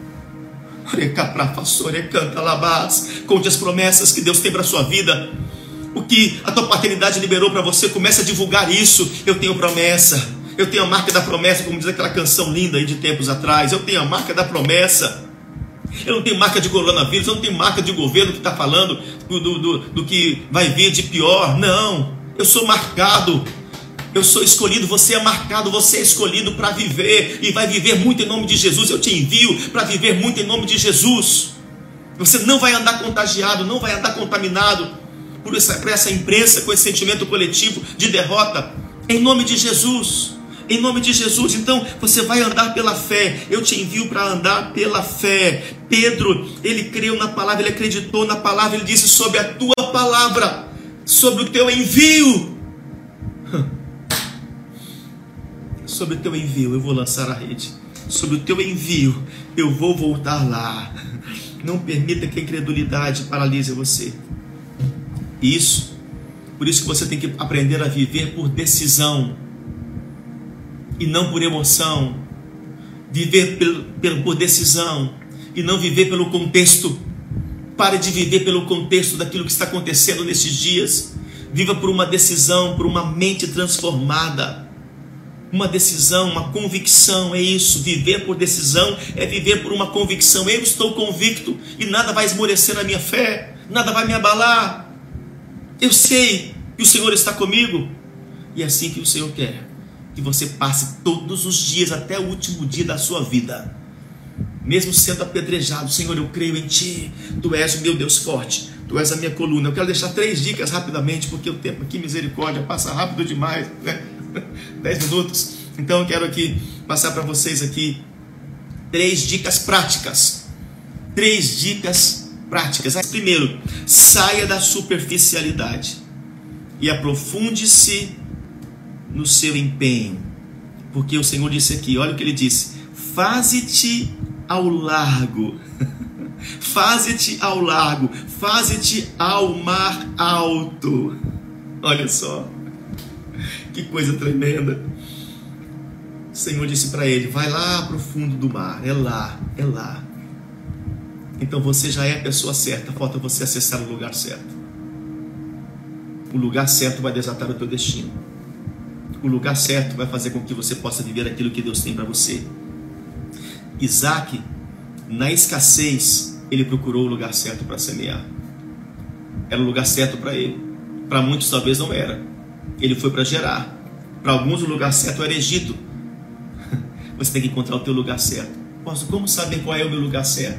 Conte as promessas que Deus tem para a sua vida. O que a tua paternidade liberou para você, comece a divulgar isso. Eu tenho promessa, eu tenho a marca da promessa, como diz aquela canção linda aí de tempos atrás. Eu tenho a marca da promessa. Eu não tenho marca de coronavírus, eu não tenho marca de governo que está falando do, do, do, do que vai vir de pior. Não, eu sou marcado, eu sou escolhido, você é marcado, você é escolhido para viver, e vai viver muito em nome de Jesus. Eu te envio para viver muito em nome de Jesus. Você não vai andar contagiado, não vai andar contaminado por essa, por essa imprensa, com esse sentimento coletivo de derrota, em nome de Jesus. Em nome de Jesus. Então você vai andar pela fé. Eu te envio para andar pela fé. Pedro, ele creu na palavra, ele acreditou na palavra. Ele disse: sobre a tua palavra, sobre o teu envio, sobre o teu envio eu vou lançar a rede. Sobre o teu envio eu vou voltar lá. Não permita que a incredulidade paralise você. Isso, por isso que você tem que aprender a viver por decisão e não por emoção. Viver pelo, pelo, por decisão e não viver pelo contexto. Pare de viver pelo contexto daquilo que está acontecendo nesses dias. Viva por uma decisão, por uma mente transformada. Uma decisão, uma convicção, é isso. Viver por decisão é viver por uma convicção. Eu estou convicto e nada vai esmorecer na minha fé, nada vai me abalar. Eu sei que o Senhor está comigo, e é assim que o Senhor quer que você passe todos os dias até o último dia da sua vida, mesmo sendo apedrejado. Senhor, eu creio em Ti, Tu és o meu Deus forte, Tu és a minha coluna. Eu quero deixar três dicas rapidamente, porque o tempo aqui, misericórdia, passa rápido demais, né? Dez minutos. Então eu quero aqui passar para vocês aqui três dicas práticas. Três dicas práticas. Primeiro, saia da superficialidade e aprofunde-se no seu empenho, porque o Senhor disse aqui, olha o que Ele disse: faze-te ao largo, faze-te ao largo, faze-te ao mar alto. Olha só, que coisa tremenda. O Senhor disse para ele: vai lá para o fundo do mar, é lá, é lá. Então você já é a pessoa certa, falta você acessar o lugar certo. O lugar certo vai desatar o teu destino. O lugar certo vai fazer com que você possa viver aquilo que Deus tem para você. Isaac, na escassez, ele procurou o lugar certo para semear. Era o lugar certo para ele. Para muitos talvez não era. Ele foi para Gerar. Para alguns o lugar certo era Egito. Você tem que encontrar o teu lugar certo. Posso, como saber qual é o meu lugar certo?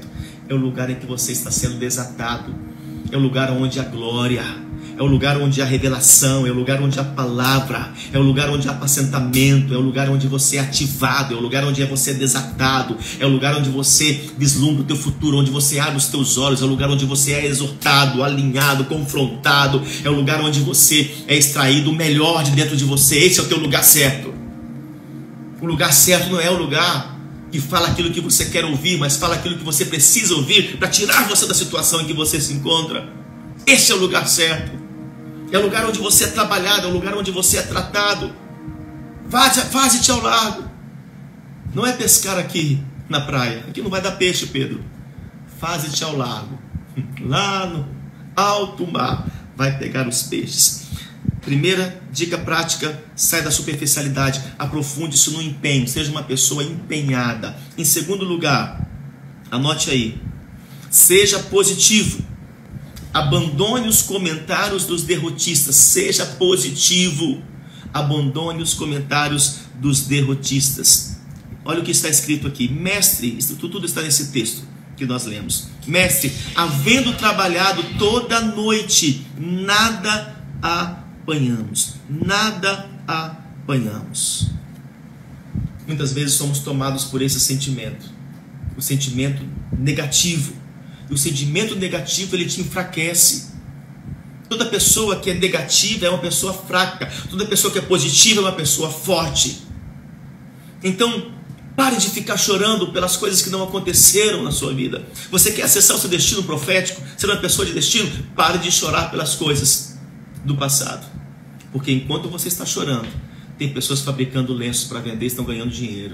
é o lugar em que você está sendo desatado, é o lugar onde há glória, é o lugar onde há revelação, é o lugar onde há palavra, é o lugar onde há apacentamento, é o lugar onde você é ativado, é o lugar onde você é desatado, é o lugar onde você vislumbra o teu futuro, onde você abre os teus olhos, é o lugar onde você é exortado, alinhado, confrontado, é o lugar onde você é extraído o melhor de dentro de você. Esse é o teu lugar certo. O lugar certo não é o lugar que fala aquilo que você quer ouvir, mas fala aquilo que você precisa ouvir para tirar você da situação em que você se encontra. Esse é o lugar certo. É o lugar onde você é trabalhado, é o lugar onde você é tratado. Vaze-te ao largo. Não é pescar aqui na praia. Aqui não vai dar peixe, Pedro. Faze-te ao largo. Lá no alto mar vai pegar os peixes. Primeira dica prática: sai da superficialidade, aprofunde isso no empenho, seja uma pessoa empenhada. Em segundo lugar, anote aí, seja positivo, abandone os comentários dos derrotistas, seja positivo, abandone os comentários dos derrotistas. Olha o que está escrito aqui, mestre, isso tudo está nesse texto que nós lemos. Mestre, havendo trabalhado toda a noite, nada a apanhamos, nada apanhamos. Muitas vezes somos tomados por esse sentimento, o sentimento negativo. E o sentimento negativo, ele te enfraquece. Toda pessoa que é negativa é uma pessoa fraca. Toda pessoa que é positiva é uma pessoa forte. Então, pare de ficar chorando pelas coisas que não aconteceram na sua vida. Você quer acessar o seu destino profético, ser uma pessoa de destino? Pare de chorar pelas coisas do passado. Porque enquanto você está chorando, tem pessoas fabricando lenços para vender e estão ganhando dinheiro.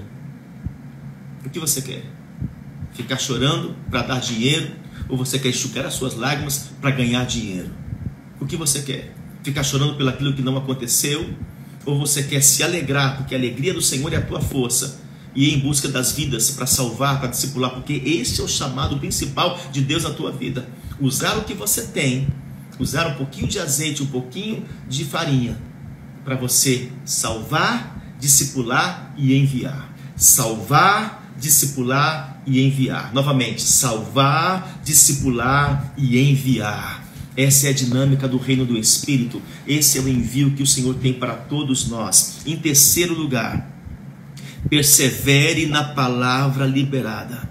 O que você quer? Ficar chorando para dar dinheiro? Ou você quer enxugar as suas lágrimas para ganhar dinheiro? O que você quer? Ficar chorando pelo aquilo que não aconteceu? Ou você quer se alegrar, porque a alegria do Senhor é a tua força, e ir em busca das vidas para salvar, para discipular? Porque esse é o chamado principal de Deus na tua vida. Usar o que você tem, usar um pouquinho de azeite, um pouquinho de farinha, para você salvar, discipular e enviar. Salvar, discipular e enviar. Novamente, salvar, discipular e enviar. Essa é a dinâmica do reino do Espírito. Esse é o envio que o Senhor tem para todos nós. Em terceiro lugar, persevere na palavra liberada.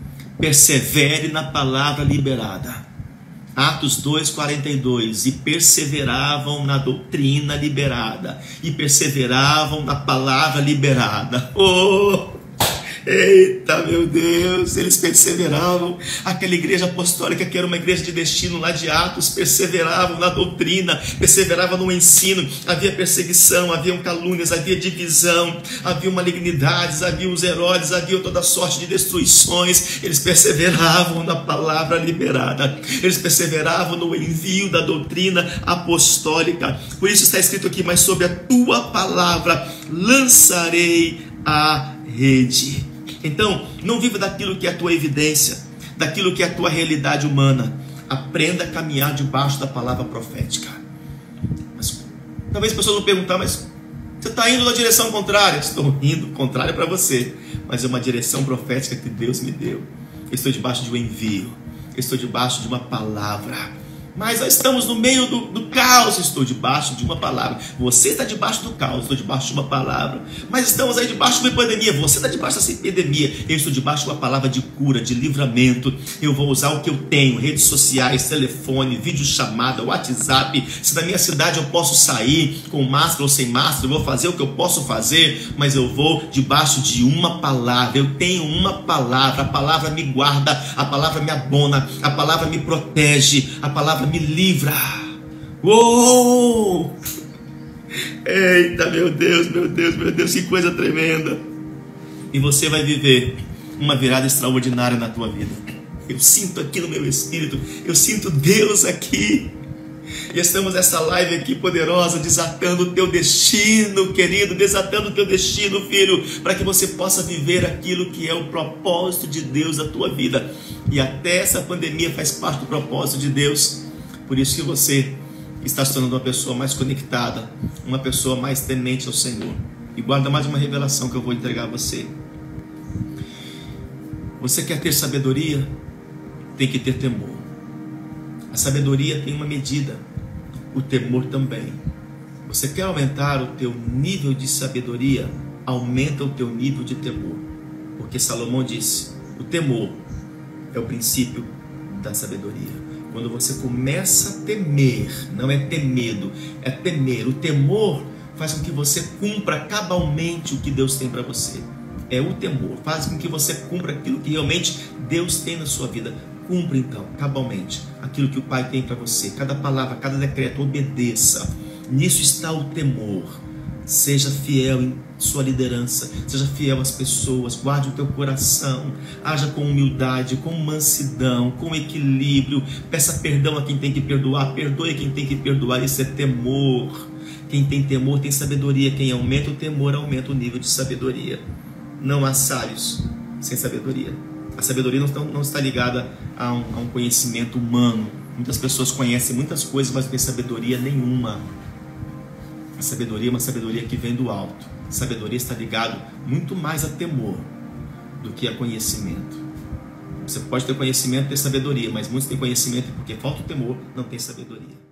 Persevere na palavra liberada. Atos dois, quarenta e dois, e perseveravam na doutrina liberada, e perseveravam na palavra liberada. Oh! Eita, meu Deus, eles perseveravam. Aquela igreja apostólica que era uma igreja de destino lá de Atos, perseveravam na doutrina, perseveravam no ensino. Havia perseguição, haviam calúnias, havia divisão, havia malignidades, havia os Herodes, havia toda sorte de destruições. Eles perseveravam na palavra liberada, eles perseveravam no envio da doutrina apostólica. Por isso está escrito aqui: mas sobre a tua palavra lançarei a rede. Então, não viva daquilo que é a tua evidência, daquilo que é a tua realidade humana. Aprenda a caminhar debaixo da palavra profética. Mas, talvez as pessoas vão perguntar: mas você está indo na direção contrária? Estou indo contrária para você, mas é uma direção profética que Deus me deu. Eu estou debaixo de um envio, eu estou debaixo de uma palavra. Mas nós estamos no meio do, do caos. Estou debaixo de uma palavra. Você está debaixo do caos. Estou debaixo de uma palavra. Mas estamos aí debaixo de uma pandemia. Você está debaixo dessa epidemia. Eu estou debaixo de uma palavra de cura, de livramento. Eu vou usar o que eu tenho: redes sociais, telefone, videochamada, WhatsApp. Se na minha cidade eu posso sair com máscara ou sem máscara, eu vou fazer o que eu posso fazer. Mas eu vou debaixo de uma palavra. Eu tenho uma palavra. A palavra me guarda. A palavra me abona. A palavra me protege. A palavra me livra. Uou! Eita, meu Deus, meu Deus, meu Deus, que coisa tremenda. E você vai viver uma virada extraordinária na tua vida. Eu sinto aqui no meu espírito, eu sinto Deus aqui. E estamos nessa live aqui poderosa, desatando o teu destino, querido, desatando o teu destino, filho, para que você possa viver aquilo que é o propósito de Deus na tua vida. E até essa pandemia faz parte do propósito de Deus. Por isso que você está se tornando uma pessoa mais conectada, uma pessoa mais temente ao Senhor. E guarda mais uma revelação que eu vou entregar a você. Você quer ter sabedoria? tem que ter temor. A sabedoria tem uma medida, o temor também. Você quer aumentar o teu nível de sabedoria? Aumenta o teu nível de temor. Porque Salomão disse, o temor é o princípio da sabedoria. Quando você começa a temer, não é ter medo, é temer. O temor faz com que você cumpra cabalmente o que Deus tem para você. É o temor, faz com que você cumpra aquilo que realmente Deus tem na sua vida. Cumpra então, cabalmente, aquilo que o Pai tem para você. Cada palavra, cada decreto, obedeça. Nisso está o temor. Seja fiel em sua liderança, seja fiel às pessoas, guarde o teu coração, haja com humildade, com mansidão, com equilíbrio, peça perdão a quem tem que perdoar, perdoe quem tem que perdoar. Isso é temor. Quem tem temor tem sabedoria, quem aumenta o temor aumenta o nível de sabedoria. Não há sábios sem sabedoria. A sabedoria não, não está ligada a um, a um conhecimento humano. Muitas pessoas conhecem muitas coisas, mas não têm sabedoria nenhuma. A sabedoria é uma sabedoria que vem do alto. A sabedoria está ligado muito mais a temor do que a conhecimento. Você pode ter conhecimento e ter sabedoria, mas muitos têm conhecimento e porque falta o temor, não tem sabedoria.